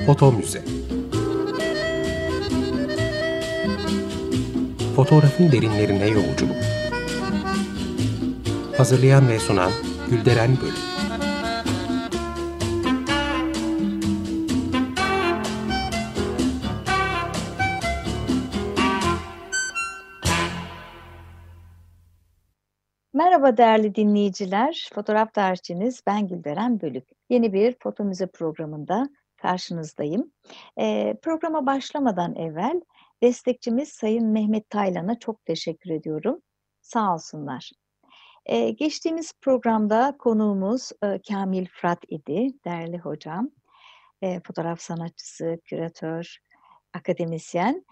Foto Müze. Fotoğrafın derinlerine yolculuk. Hazırlayan ve sunan Gülderen Bölük. Merhaba değerli dinleyiciler, fotoğraf tarihçiniz ben Gülderen Bölük. Yeni bir Foto Müze programında karşınızdayım. Programa başlamadan evvel destekçimiz Sayın Mehmet Taylan'a çok teşekkür ediyorum. Sağ olsunlar. Geçtiğimiz programda konuğumuz Kamil Fırat idi, değerli hocam. Fotoğraf sanatçısı, küratör, akademisyen.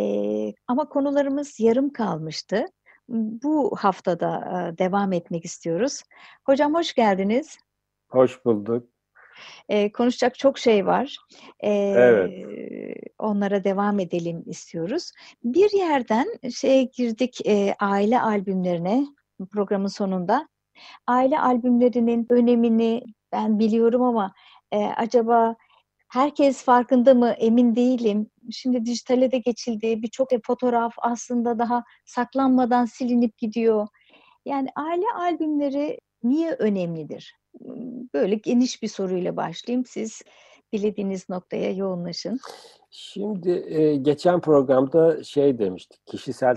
Ama konularımız yarım kalmıştı. Bu haftada devam etmek istiyoruz. Hocam hoş geldiniz. Hoş bulduk. Konuşacak çok şey var. Evet. Onlara devam edelim istiyoruz. Bir yerden girdik aile albümlerine programın sonunda. Aile albümlerinin önemini ben biliyorum ama acaba herkes farkında mı emin değilim. Şimdi dijitale de geçildi. Birçok fotoğraf aslında daha saklanmadan silinip gidiyor. Yani aile albümleri niye önemlidir? Böyle geniş bir soruyla başlayayım. Siz dilediğiniz noktaya yoğunlaşın. Şimdi geçen programda demiştik, kişisel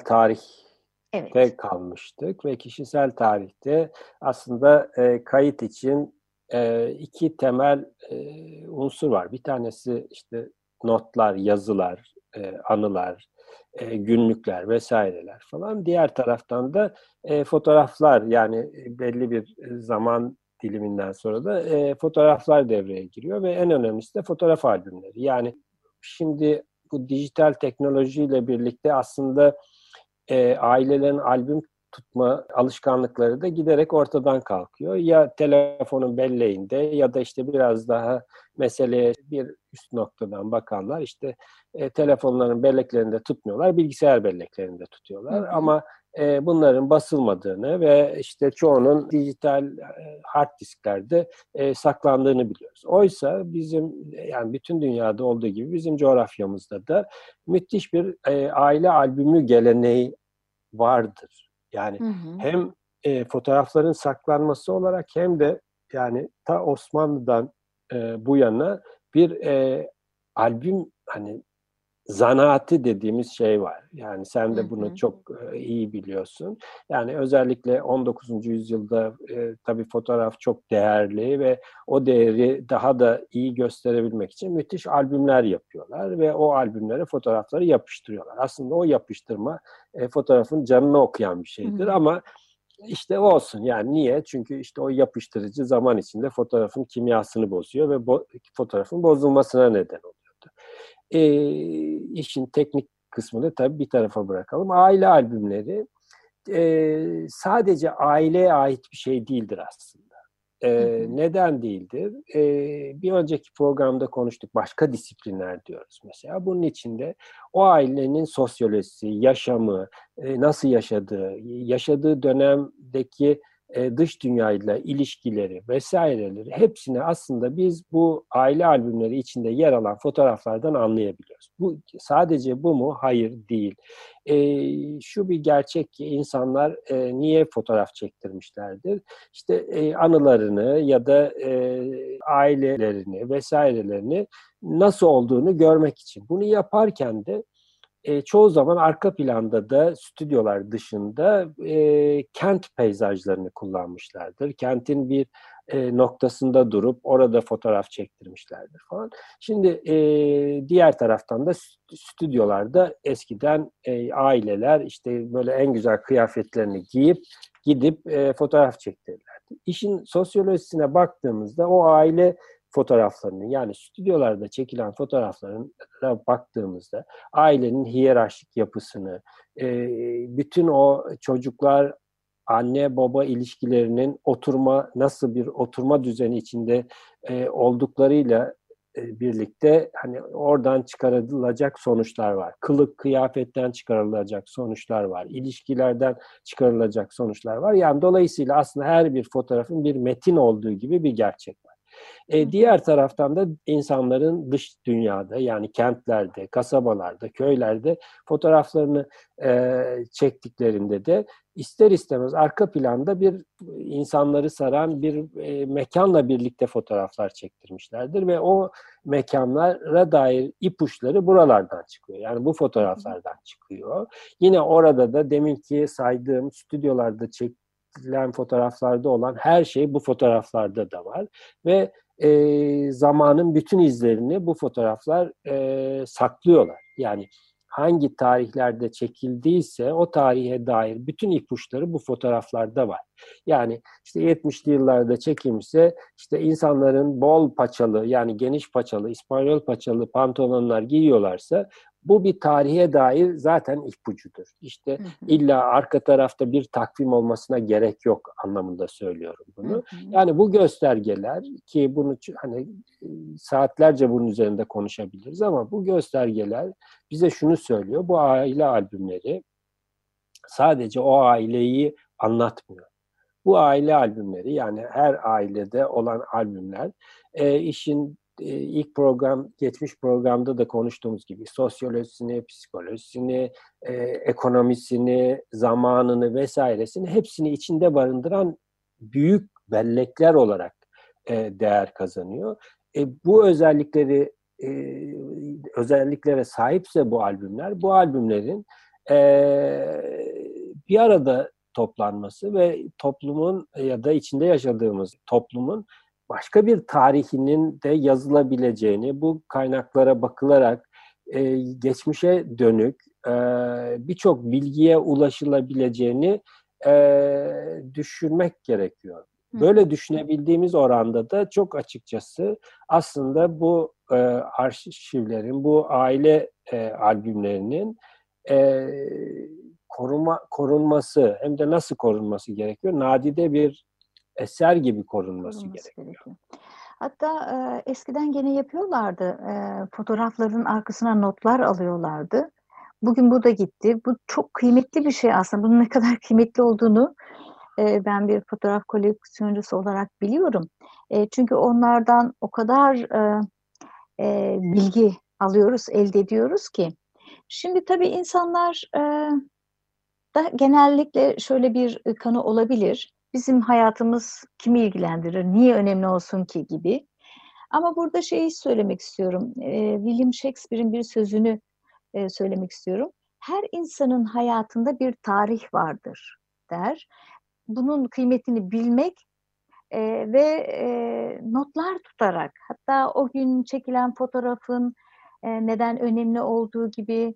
Evet. tarihte kalmıştık ve kişisel tarihte aslında kayıt için iki temel unsur var. Bir tanesi işte notlar, yazılar, anılar, günlükler vesaireler falan. Diğer taraftan da fotoğraflar, yani belli bir zaman diliminden sonra da fotoğraflar devreye giriyor ve en önemlisi de fotoğraf albümleri. Yani şimdi bu dijital teknolojiyle birlikte aslında ailelerin albüm tutma alışkanlıkları da giderek ortadan kalkıyor. Ya telefonun belleğinde ya da işte biraz daha meseleye bir üst noktadan bakanlar işte telefonların belleklerinde tutmuyorlar, bilgisayar belleklerinde tutuyorlar. Hı hı. Ama bunların basılmadığını ve işte çoğunun dijital hard disklerde saklandığını biliyoruz. Oysa bizim, yani bütün dünyada olduğu gibi bizim coğrafyamızda da müthiş bir aile albümü geleneği vardır. Yani Hı hı. hem fotoğrafların saklanması olarak hem de yani ta Osmanlı'dan bu yana bir albüm, hani zanaati dediğimiz şey var. Yani sen Hı de bunu hı. çok iyi biliyorsun. Yani özellikle 19. yüzyılda tabii fotoğraf çok değerli ve o değeri daha da iyi gösterebilmek için müthiş albümler yapıyorlar ve o albümlere fotoğrafları yapıştırıyorlar. Aslında o yapıştırma fotoğrafın canını okuyan bir Hı şeydir hı. ama işte olsun. Yani niye? Çünkü işte o yapıştırıcı zaman içinde fotoğrafın kimyasını bozuyor ve fotoğrafın bozulmasına neden oluyor. İşin teknik kısmını tabii bir tarafa bırakalım. Aile albümleri sadece aileye ait bir şey değildir aslında. Hı hı. Neden değildir? Bir önceki programda konuştuk. Başka disiplinler diyoruz mesela. Bunun içinde o ailenin sosyolojisi, yaşamı, nasıl yaşadığı dönemdeki dış dünyayla ilişkileri vesaireleri hepsini aslında biz bu aile albümleri içinde yer alan fotoğraflardan anlayabiliyoruz. Bu sadece bu mu? Hayır, değil. Şu bir gerçek ki insanlar niye fotoğraf çektirmişlerdir? İşte anılarını ya da ailelerini vesairelerini nasıl olduğunu görmek için. Bunu yaparken de çoğu zaman arka planda da stüdyolar dışında kent peyzajlarını kullanmışlardır. Kentin bir noktasında durup orada fotoğraf çektirmişlerdir falan. Şimdi diğer taraftan da stüdyolarda eskiden aileler işte böyle en güzel kıyafetlerini giyip gidip fotoğraf çektirirlerdi. İşin sosyolojisine baktığımızda o aile fotoğraflarının, yani stüdyolarda çekilen fotoğraflara baktığımızda ailenin hiyerarşik yapısını, bütün o çocuklar anne baba ilişkilerinin nasıl bir oturma düzeni içinde olduklarıyla birlikte hani oradan çıkarılacak sonuçlar var. Kılık kıyafetten çıkarılacak sonuçlar var. İlişkilerden çıkarılacak sonuçlar var. Yani dolayısıyla aslında her bir fotoğrafın bir metin olduğu gibi bir gerçek var. Diğer taraftan da insanların dış dünyada, yani kentlerde, kasabalarda, köylerde fotoğraflarını çektiklerinde de ister istemez arka planda bir insanları saran bir mekanla birlikte fotoğraflar çektirmişlerdir ve o mekanlara dair ipuçları buralardan çıkıyor. Yani bu fotoğraflardan çıkıyor. Yine orada da deminki saydığım stüdyolarda çekilen fotoğraflarda olan her şey bu fotoğraflarda da var ve zamanın bütün izlerini bu fotoğraflar saklıyorlar. Yani hangi tarihlerde çekildiyse o tarihe dair bütün ipuçları bu fotoğraflarda var. Yani işte 70'li yıllarda çekilmişse işte insanların bol paçalı, yani geniş paçalı, İspanyol paçalı pantolonlar giyiyorlarsa bu bir tarihe dair zaten ipucudur. İşte illa arka tarafta bir takvim olmasına gerek yok anlamında söylüyorum bunu. Yani bu göstergeler, ki bunu hani saatlerce bunun üzerinde konuşabiliriz ama bu göstergeler bize şunu söylüyor: bu aile albümleri sadece o aileyi anlatmıyor. Bu aile albümleri, yani her ailede olan albümler, işin geçmiş programda da konuştuğumuz gibi sosyolojisini, psikolojisini, ekonomisini, zamanını vesairesini hepsini içinde barındıran büyük bellekler olarak değer kazanıyor. Bu özelliklere sahipse bu albümlerin bir arada toplanması ve toplumun ya da içinde yaşadığımız toplumun başka bir tarihinin de yazılabileceğini, bu kaynaklara bakılarak geçmişe dönük birçok bilgiye ulaşılabileceğini düşünmek gerekiyor. Böyle düşünebildiğimiz oranda da çok açıkçası aslında bu arşivlerin, bu aile albümlerinin korunması, hem de nasıl korunması gerekiyor? Nadide bir eser gibi korunması gerekiyor. Hatta eskiden gene yapıyorlardı. Fotoğrafların arkasına notlar alıyorlardı. Bugün bu da gitti. Bu çok kıymetli bir şey aslında. Bunun ne kadar kıymetli olduğunu ben bir fotoğraf koleksiyoncusu olarak biliyorum. Çünkü onlardan o kadar bilgi alıyoruz, elde ediyoruz ki. Şimdi tabii insanlar da genellikle şöyle bir kanı olabilir. Bizim hayatımız kimi ilgilendirir, niye önemli olsun ki gibi. Ama burada şeyi söylemek istiyorum. William Shakespeare'in bir sözünü söylemek istiyorum. Her insanın hayatında bir tarih vardır der. Bunun kıymetini bilmek ve notlar tutarak, hatta o gün çekilen fotoğrafın neden önemli olduğu gibi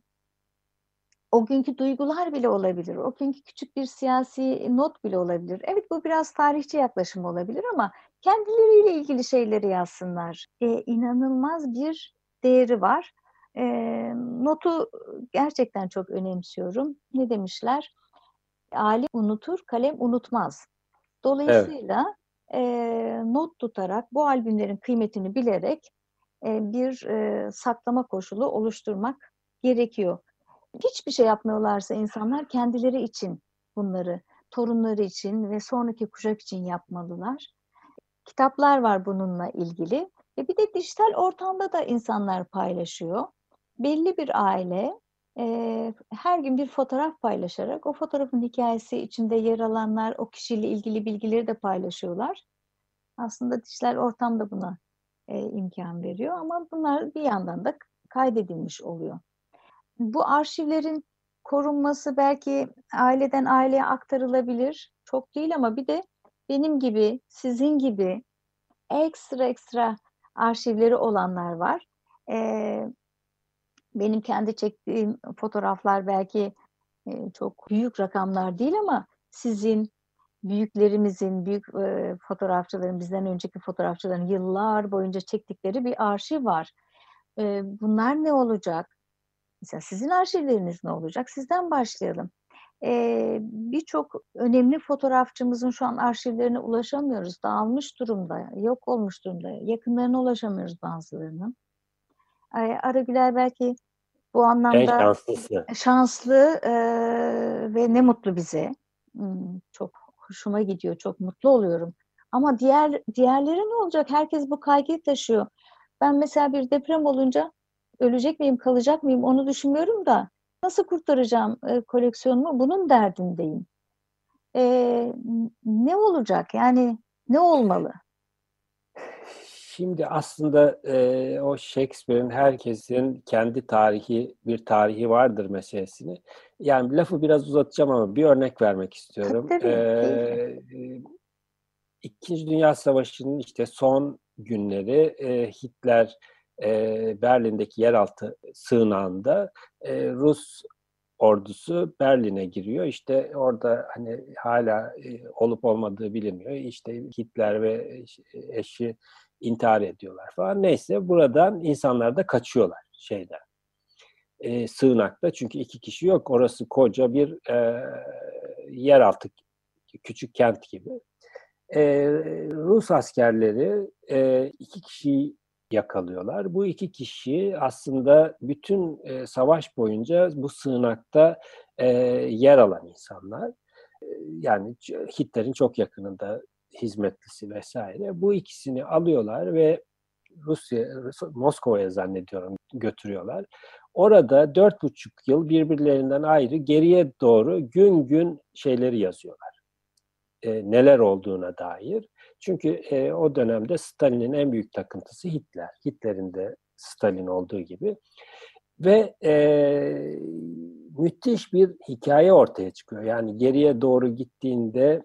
o günkü duygular bile olabilir. O günkü küçük bir siyasi not bile olabilir. Evet, bu biraz tarihçi yaklaşım olabilir ama kendileriyle ilgili şeyleri yazsınlar. İnanılmaz bir değeri var. Notu gerçekten çok önemsiyorum. Ne demişler? Alim unutur, kalem unutmaz. Dolayısıyla not tutarak, bu albümlerin kıymetini bilerek bir saklama koşulu oluşturmak gerekiyor. Hiçbir şey yapmıyorlarsa insanlar kendileri için bunları, torunları için ve sonraki kuşak için yapmalılar. Kitaplar var bununla ilgili. Ve bir de dijital ortamda da insanlar paylaşıyor. Belli bir aile her gün bir fotoğraf paylaşarak o fotoğrafın hikayesi içinde yer alanlar, o kişiyle ilgili bilgileri de paylaşıyorlar. Aslında dijital ortam da buna imkan veriyor ama bunlar bir yandan da kaydedilmiş oluyor. Bu arşivlerin korunması belki aileden aileye aktarılabilir. Çok değil ama bir de benim gibi, sizin gibi ekstra arşivleri olanlar var. Benim kendi çektiğim fotoğraflar belki çok büyük rakamlar değil ama sizin, büyüklerimizin, büyük fotoğrafçıların, bizden önceki fotoğrafçıların yıllar boyunca çektikleri bir arşiv var. Bunlar ne olacak? Mesela sizin arşivleriniz ne olacak? Sizden başlayalım. Birçok önemli fotoğrafçımızın şu an arşivlerine ulaşamıyoruz. Dağılmış durumda, yok olmuş durumda. Yakınlarına ulaşamıyoruz bazılarının. Aragüler belki bu En anlamda şanslısı. şanslı ve ne mutlu bize. Çok hoşuma gidiyor, çok mutlu oluyorum Ama diğerleri ne olacak? Herkes bu kaygıyı taşıyor. Ben mesela bir deprem olunca ölecek miyim, kalacak mıyım onu düşünmüyorum da nasıl kurtaracağım koleksiyonumu? Bunun derdindeyim. Ne olacak? Yani ne olmalı? Şimdi aslında o Shakespeare'in herkesin kendi bir tarihi vardır meselesini. Yani lafı biraz uzatacağım ama bir örnek vermek Tabii istiyorum. tabii, keyifle. İkinci Dünya Savaşı'nın işte son günleri Hitler Berlin'deki yeraltı sığınağında Rus ordusu Berlin'e giriyor. İşte orada hani hala olup olmadığı bilinmiyor. İşte Hitler ve eşi intihar ediyorlar falan. Neyse buradan insanlar da kaçıyorlar şeyden. Sığınakta çünkü iki kişi yok. Orası koca bir yeraltı küçük kent gibi. Rus askerleri iki kişiyi yakalıyorlar. Bu iki kişi aslında bütün savaş boyunca bu sığınakta yer alan insanlar. Yani Hitler'in çok yakınında hizmetlisi vesaire. Bu ikisini alıyorlar ve Moskova'ya zannediyorum götürüyorlar. Orada 4,5 yıl birbirlerinden ayrı geriye doğru gün gün şeyleri yazıyorlar. Neler olduğuna dair. Çünkü o dönemde Stalin'in en büyük takıntısı Hitler. Hitler'in de Stalin olduğu gibi. Ve müthiş bir hikaye ortaya çıkıyor. Yani geriye doğru gittiğinde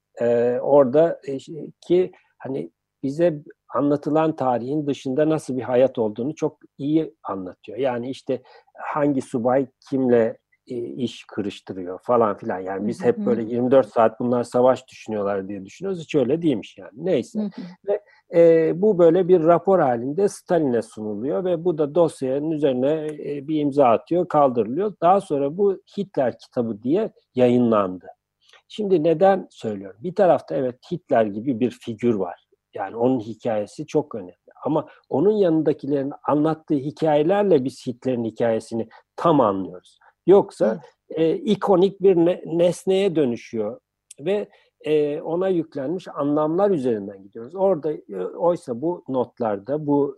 orada ki hani bize anlatılan tarihin dışında nasıl bir hayat olduğunu çok iyi anlatıyor. Yani işte hangi subay kimle iş kırıştırıyor falan filan. Yani biz hep böyle 24 saat bunlar savaş düşünüyorlar diye düşünüyoruz. Hiç öyle değilmiş yani. Neyse. Ve bu böyle bir rapor halinde Stalin'e sunuluyor ve bu da dosyanın üzerine bir imza atıyor, kaldırılıyor. Daha sonra bu Hitler kitabı diye yayınlandı. Şimdi neden söylüyorum? Bir tarafta evet Hitler gibi bir figür var. Yani onun hikayesi çok önemli. Ama onun yanındakilerin anlattığı hikayelerle biz Hitler'in hikayesini tam anlıyoruz. Yoksa ikonik bir nesneye dönüşüyor ve ona yüklenmiş anlamlar üzerinden gidiyoruz. Orada oysa bu notlarda, bu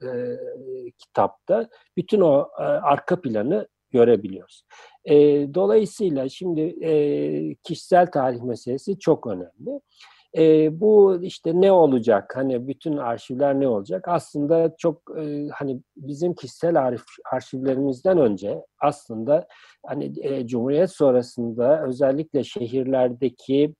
kitapta bütün o arka planı görebiliyoruz. Dolayısıyla şimdi kişisel tarih meselesi çok önemli. Bu işte ne olacak? Hani bütün arşivler ne olacak? Aslında çok hani bizim kişisel arşivlerimizden önce aslında hani Cumhuriyet sonrasında özellikle şehirlerdeki,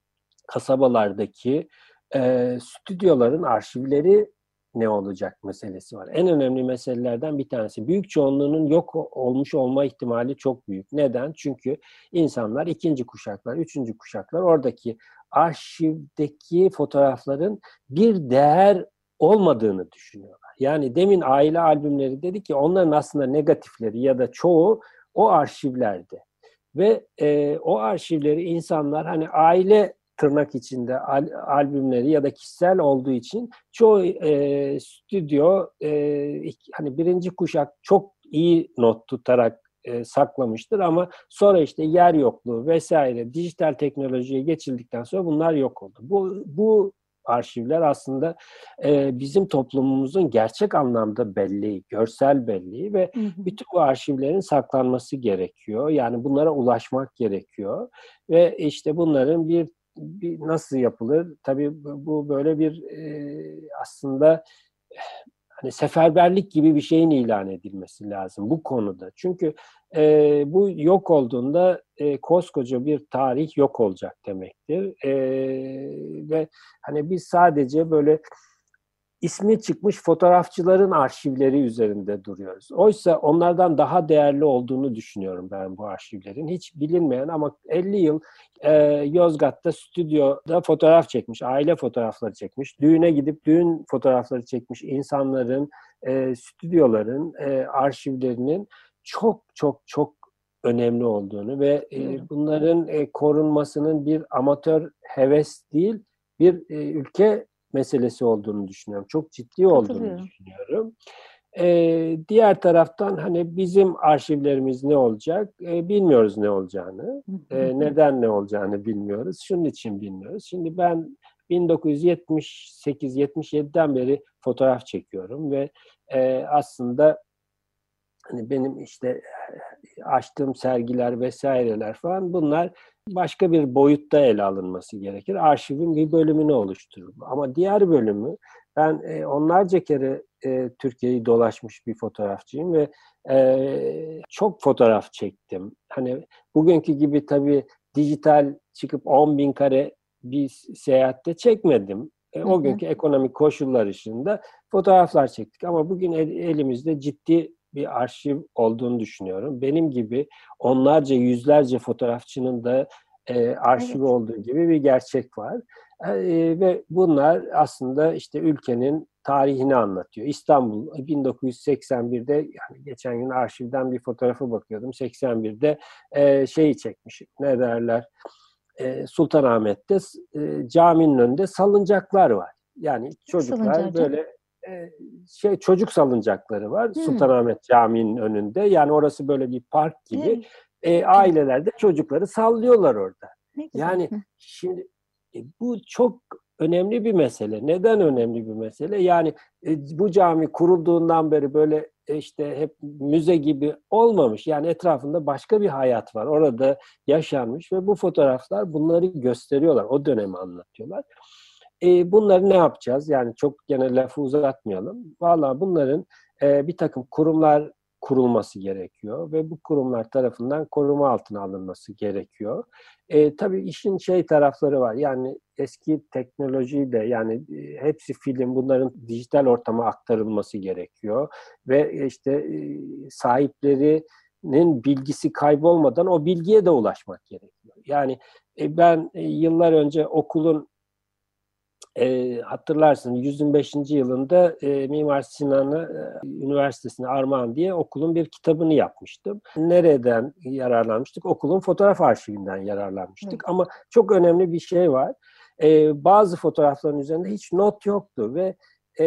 kasabalardaki stüdyoların arşivleri ne olacak meselesi var. En önemli meselelerden bir tanesi. Büyük çoğunluğunun yok olmuş olma ihtimali çok büyük. Neden? Çünkü insanlar ikinci kuşaklar, üçüncü kuşaklar oradaki arşivdeki fotoğrafların bir değer olmadığını düşünüyorlar. Yani demin aile albümleri dedik ki onların aslında negatifleri ya da çoğu o arşivlerde. Ve o arşivleri insanlar hani aile tırnak içinde albümleri ya da kişisel olduğu için çoğu stüdyo hani birinci kuşak çok iyi not tutarak saklamıştır ama sonra işte yer yokluğu vesaire dijital teknolojiye geçildikten sonra bunlar yok oldu. Bu arşivler aslında bizim toplumumuzun gerçek anlamda belleği, görsel belleği ve bütün bu arşivlerin saklanması gerekiyor. Yani bunlara ulaşmak gerekiyor ve işte bunların bir nasıl yapılır? Tabii bu böyle bir aslında hani seferberlik gibi bir şeyin ilan edilmesi lazım bu konuda. Çünkü bu yok olduğunda koskoca bir tarih yok olacak demektir. Ve hani biz sadece böyle ismi çıkmış fotoğrafçıların arşivleri üzerinde duruyoruz. Oysa onlardan daha değerli olduğunu düşünüyorum ben bu arşivlerin. Hiç bilinmeyen ama 50 yıl Yozgat'ta stüdyoda fotoğraf çekmiş, aile fotoğrafları çekmiş, düğüne gidip düğün fotoğrafları çekmiş insanların, stüdyoların, arşivlerinin çok çok çok önemli olduğunu ve bunların korunmasının bir amatör heves değil, bir ülke meselesi olduğunu düşünüyorum. Çok ciddi olduğunu düşünüyorum. Diğer taraftan hani bizim arşivlerimiz ne olacak? Bilmiyoruz ne olacağını. Neden ne olacağını bilmiyoruz. Şunun için bilmiyoruz. Şimdi ben 1978-77'den beri fotoğraf çekiyorum ve aslında hani benim işte açtığım sergiler vesaireler falan bunlar başka bir boyutta ele alınması gerekir. Arşivin bir bölümünü oluşturur. Ama diğer bölümü ben onlarca kere Türkiye'yi dolaşmış bir fotoğrafçıyım ve çok fotoğraf çektim. Hani bugünkü gibi tabii dijital çıkıp 10.000 kare bir seyahatte çekmedim. O günkü ekonomik koşullar ışığında fotoğraflar çektik. Ama bugün elimizde ciddi bir arşiv olduğunu düşünüyorum. Benim gibi onlarca, yüzlerce fotoğrafçının da arşivi Evet. olduğu gibi bir gerçek var. Ve bunlar aslında işte ülkenin tarihini anlatıyor. İstanbul 1981'de, yani geçen gün arşivden bir fotoğrafa bakıyordum. 81'de şeyi çekmişim. Ne derler? Sultanahmet'te caminin önünde salıncaklar var. Yani Salıncağı çocuklar hocam. böyle çocuk salıncakları var Hmm. Sultanahmet Camii'nin önünde. Yani orası böyle bir park gibi. Evet. Evet. Aileler de çocukları sallıyorlar orada. Ne güzel. Yani şimdi bu çok önemli bir mesele. Neden önemli bir mesele? Yani bu cami kurulduğundan beri böyle işte hep müze gibi olmamış. Yani etrafında başka bir hayat var. Orada yaşanmış ve bu fotoğraflar bunları gösteriyorlar. O dönemi anlatıyorlar. Bunları ne yapacağız? Yani çok gene lafı uzatmayalım. Vallahi bunların bir takım kurumlar kurulması gerekiyor ve bu kurumlar tarafından koruma altına alınması gerekiyor. Tabii işin tarafları var. Yani eski teknolojiyle yani hepsi film bunların dijital ortama aktarılması gerekiyor ve işte sahiplerinin bilgisi kaybolmadan o bilgiye de ulaşmak gerekiyor. Yani ben yıllar önce okulun hatırlarsın 125. yılında Mimar Sinan Üniversitesi'ne armağan diye okulun bir kitabını yapmıştım. Nereden yararlanmıştık? Okulun fotoğraf arşivinden yararlanmıştık. Evet. Ama çok önemli bir şey var. Bazı fotoğrafların üzerinde hiç not yoktu ve e,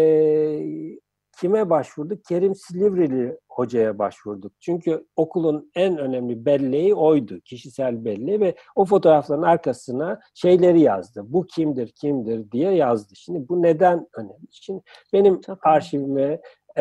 kime başvurduk? Kerim Silivri'li hocaya başvurduk. Çünkü okulun en önemli belleği oydu. Kişisel belleği ve o fotoğrafların arkasına şeyleri yazdı. Bu kimdir, kimdir diye yazdı. Şimdi bu neden önemli? Şimdi benim Çok önemli. arşivime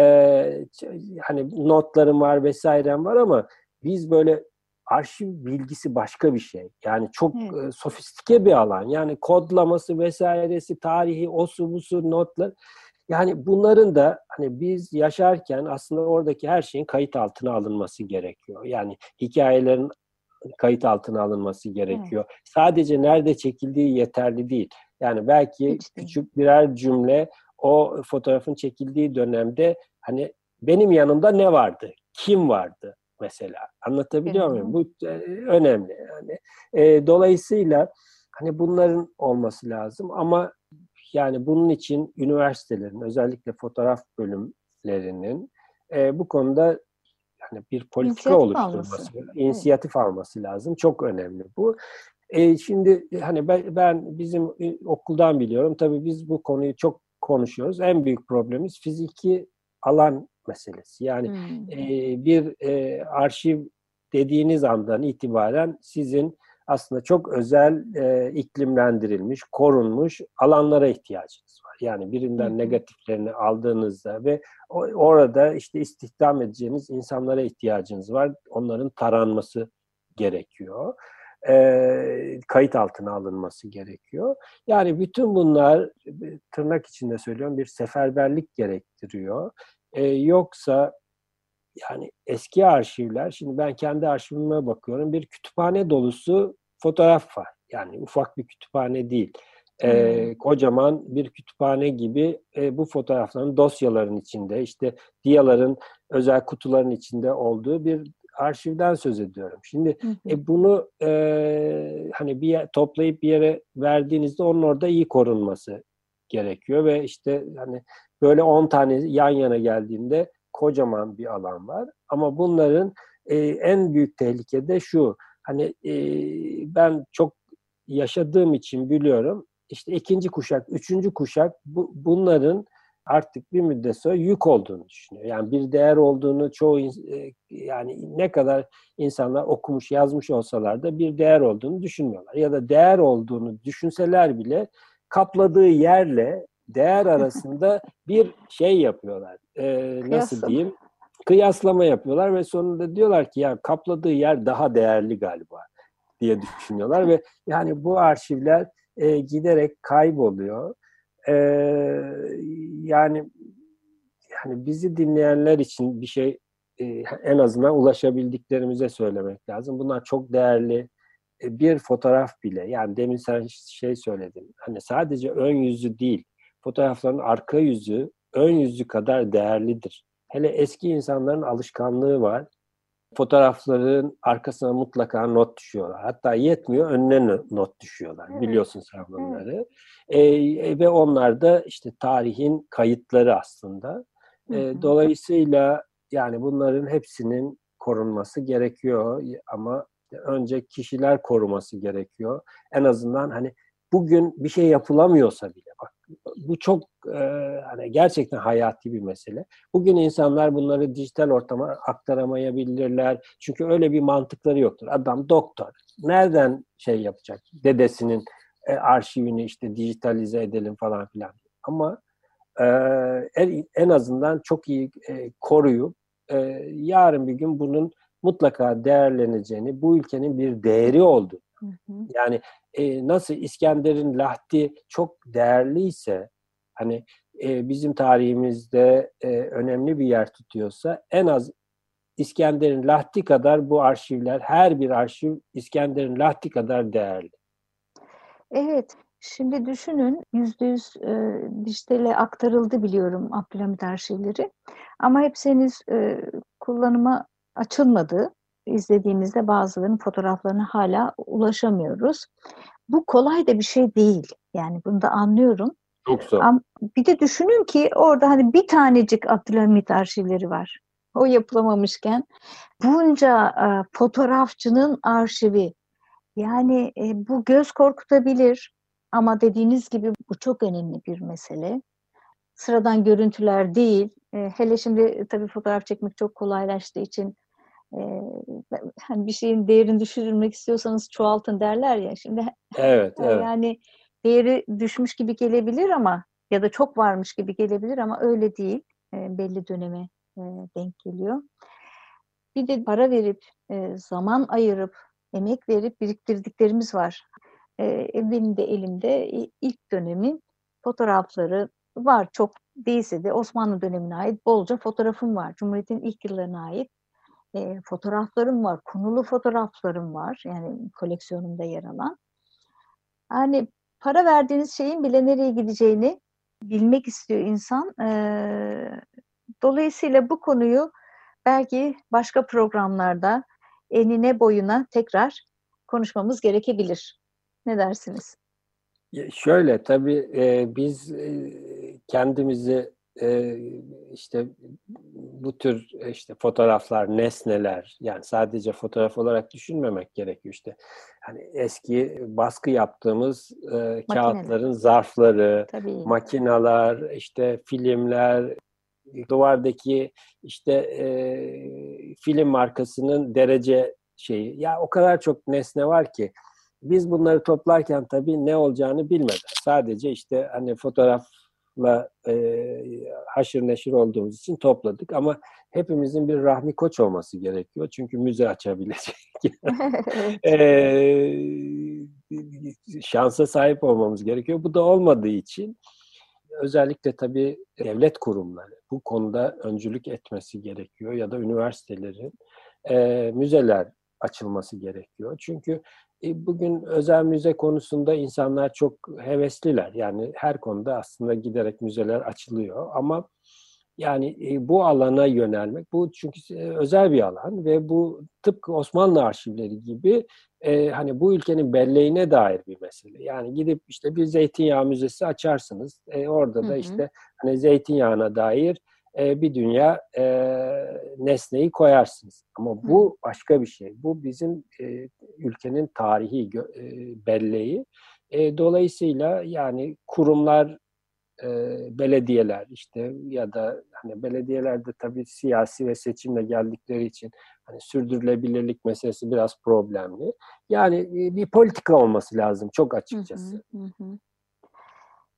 hani notlarım var vesairem var ama biz böyle arşiv bilgisi başka bir şey. Yani çok Evet. sofistike bir alan. Yani kodlaması vesairesi, tarihi, osu busu notlar. Yani bunların da hani biz yaşarken aslında oradaki her şeyin kayıt altına alınması gerekiyor. Yani hikayelerin kayıt altına alınması Evet. gerekiyor. Sadece nerede çekildiği yeterli değil. Yani belki Hiç değil. küçük birer cümle o fotoğrafın çekildiği dönemde hani benim yanımda ne vardı? Kim vardı mesela? Anlatabiliyor muyum? Önemli. Bu önemli. Yani dolayısıyla hani bunların olması lazım ama yani bunun için üniversitelerin özellikle fotoğraf bölümlerinin bu konuda yani bir politika İnisiyatif alması. oluşturması, Evet. inisiyatif alması lazım. Çok önemli bu. Şimdi hani ben bizim okuldan biliyorum. Tabii biz bu konuyu çok konuşuyoruz. En büyük problemimiz fiziki alan meselesi. Yani Hmm. bir arşiv dediğiniz andan itibaren sizin aslında çok özel iklimlendirilmiş, korunmuş alanlara ihtiyacınız var. Yani birinden negatiflerini aldığınızda ve orada işte istihdam edeceğiniz insanlara ihtiyacınız var. Onların taranması gerekiyor. Kayıt altına alınması gerekiyor. Yani bütün bunlar tırnak içinde söylüyorum bir seferberlik gerektiriyor. Yoksa yani eski arşivler, şimdi ben kendi arşivime bakıyorum, bir kütüphane dolusu fotoğraf var. Yani ufak bir kütüphane değil. Hmm. Kocaman bir kütüphane gibi bu fotoğrafların dosyaların içinde, işte diyaların özel kutuların içinde olduğu bir arşivden söz ediyorum. Şimdi bunu hani toplayıp bir yere verdiğinizde onun orada iyi korunması gerekiyor ve işte hani böyle 10 tane yan yana geldiğinde kocaman bir alan var. Ama bunların en büyük tehlike de şu. Hani ben çok yaşadığım için biliyorum. İşte ikinci kuşak, üçüncü kuşak bunların artık bir müddet sonra yük olduğunu düşünüyor. Yani bir değer olduğunu yani ne kadar insanlar okumuş, yazmış olsalar da bir değer olduğunu düşünmüyorlar. Ya da değer olduğunu düşünseler bile kapladığı yerle değer arasında bir şey yapıyorlar. Nasıl diyeyim? Kıyaslama yapıyorlar ve sonunda diyorlar ki ya kapladığı yer daha değerli galiba diye düşünüyorlar ve yani bu arşivler giderek kayboluyor. E, yani bizi dinleyenler için bir şey en azından ulaşabildiklerimize söylemek lazım. Bunlar çok değerli. Bir fotoğraf bile, yani demin sen şey söyledin, hani sadece ön yüzü değil, fotoğrafların arka yüzü ön yüzü kadar değerlidir. Hele eski insanların alışkanlığı var. Fotoğrafların arkasına mutlaka not düşüyorlar. Hatta yetmiyor, önüne not düşüyorlar. Evet. Biliyorsun sen bunları. Ve onlar da işte tarihin kayıtları aslında. Dolayısıyla yani bunların hepsinin korunması gerekiyor ama önce kişiler koruması gerekiyor. En azından hani bugün bir şey yapılamıyorsa bile, bak bu çok hani gerçekten hayati bir mesele. Bugün insanlar bunları dijital ortama aktaramayabilirler. Çünkü öyle bir mantıkları yoktur. Adam doktor. Nereden şey yapacak? Dedesinin arşivini işte dijitalize edelim falan filan. Ama en azından çok iyi koruyup yarın bir gün bunun mutlaka değerleneceğini, bu ülkenin bir değeri olduğu. Yani nasıl İskender'in Lahti çok değerliyse, hani bizim tarihimizde önemli bir yer tutuyorsa, en az İskender'in Lahti kadar bu arşivler, her bir arşiv İskender'in Lahti kadar değerli. Evet, şimdi düşünün %100 dijitale aktarıldı biliyorum Abdülhamit arşivleri. Ama hepsi henüz kullanıma açılmadı. İzlediğimizde bazılarının fotoğraflarına hala ulaşamıyoruz. Bu kolay da bir şey değil. Yani bunu da anlıyorum. Çok zor. Ama bir de düşünün ki orada hani bir tanecik Abdülhamit arşivleri var. O yapılamamışken bunca fotoğrafçının arşivi. Yani bu göz korkutabilir ama dediğiniz gibi bu çok önemli bir mesele. Sıradan görüntüler değil. Hele şimdi tabii fotoğraf çekmek çok kolaylaştığı için hani bir şeyin değerini düşürmek istiyorsanız çoğaltın derler ya. Şimdi Evet, evet. yani değeri düşmüş gibi gelebilir ama ya da çok varmış gibi gelebilir ama öyle değil. Belli döneme denk geliyor. Bir de para verip, zaman ayırıp, emek verip biriktirdiklerimiz var. Benim de elimde ilk dönemin fotoğrafları var. Çok değilse de Osmanlı dönemine ait bolca fotoğrafım var. Cumhuriyet'in ilk yıllarına ait fotoğraflarım var. Konulu fotoğraflarım var. Yani koleksiyonumda yer alan. Yani para verdiğiniz şeyin bile nereye gideceğini bilmek istiyor insan. Dolayısıyla bu konuyu belki başka programlarda enine boyuna tekrar konuşmamız gerekebilir. Ne dersiniz? Şöyle tabii biz kendimizi işte bu tür işte fotoğraflar, nesneler, yani sadece fotoğraf olarak düşünmemek gerekiyor işte. Hani eski baskı yaptığımız kağıtların zarfları, Tabii. makineler, işte filmler, duvardaki işte film markasının derece şeyi. Ya o kadar çok nesne var ki biz bunları toplarken tabii ne olacağını bilmeden sadece işte hani fotoğrafla haşır neşir olduğumuz için topladık ama hepimizin bir Rahmi Koç olması gerekiyor. Çünkü müze açabilecek şansa sahip olmamız gerekiyor. Bu da olmadığı için özellikle tabii devlet kurumları bu konuda öncülük etmesi gerekiyor ya da üniversitelerin müzeler açılması gerekiyor. Çünkü bugün özel müze konusunda insanlar çok hevesliler. Yani her konuda aslında giderek müzeler açılıyor ama yani bu alana yönelmek, bu çünkü özel bir alan ve bu tıpkı Osmanlı arşivleri gibi hani bu ülkenin belleğine dair bir mesele. Yani gidip işte bir zeytinyağı müzesi açarsınız. Orada da işte hani zeytinyağına dair bir dünya nesneyi koyarsınız. Ama bu başka bir şey. Bu bizim ülkenin tarihi belleği. Dolayısıyla yani kurumlar, belediyeler işte ya da hani belediyelerde tabii siyasi ve seçimle geldikleri için hani sürdürülebilirlik meselesi biraz problemli. Yani bir politika olması lazım çok açıkçası.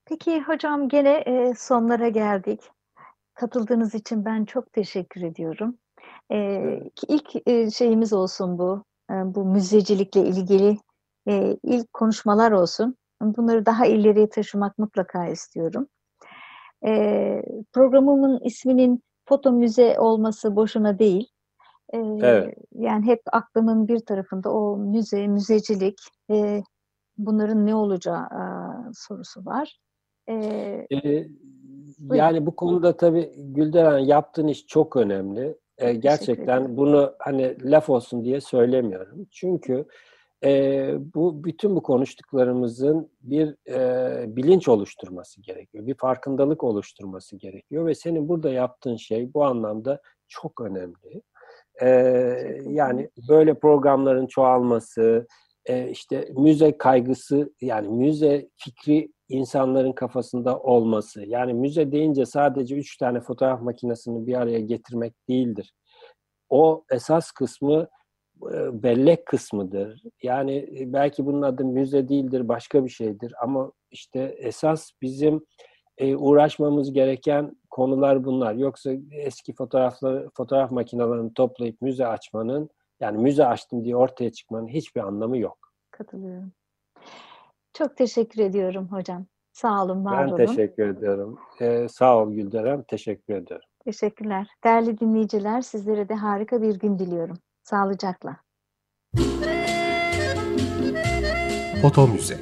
Peki hocam gene sonlara geldik. Katıldığınız için ben çok teşekkür ediyorum. Evet. İlk şeyimiz olsun bu. Bu müzecilikle ilgili ilk konuşmalar olsun. Bunları daha ileriye taşımak mutlaka istiyorum. Programımın isminin foto müze olması boşuna değil. Evet. Yani hep aklımın bir tarafında o müze, müzecilik, bunların ne olacağı sorusu var. Ee, Buyurun. Yani bu konuda tabii Gülderen, yaptığın iş çok önemli. Çok teşekkür ediyorum. Gerçekten bunu hani laf olsun diye söylemiyorum. Çünkü bütün bu konuştuklarımızın bir bilinç oluşturması gerekiyor. Bir farkındalık oluşturması gerekiyor ve senin burada yaptığın şey bu anlamda çok önemli. Teşekkür ederim. Yani böyle programların çoğalması, işte müze kaygısı, yani müze fikri insanların kafasında olması. Yani müze deyince sadece 3 tane fotoğraf makinesini bir araya getirmek değildir. O esas kısmı bellek kısmıdır. Yani belki bunun adı müze değildir, başka bir şeydir. Ama işte esas bizim uğraşmamız gereken konular bunlar. Yoksa eski fotoğraf makinelerini toplayıp müze açmanın, yani müze açtım diye ortaya çıkmanın hiçbir anlamı yok. Katılıyorum. Çok teşekkür ediyorum hocam. Sağ olun, var Ben olun. teşekkür ediyorum. Sağ ol Gülderen, teşekkür ediyorum. Teşekkürler. Değerli dinleyiciler, sizlere de harika bir gün diliyorum. Sağlıcakla. Foto müze.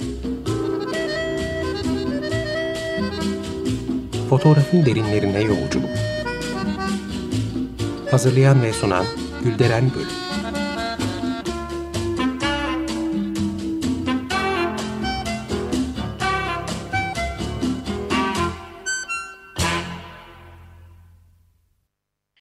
Fotoğrafın derinlerine yolculuk. Hazırlayan ve sunan Gülderen Bölük.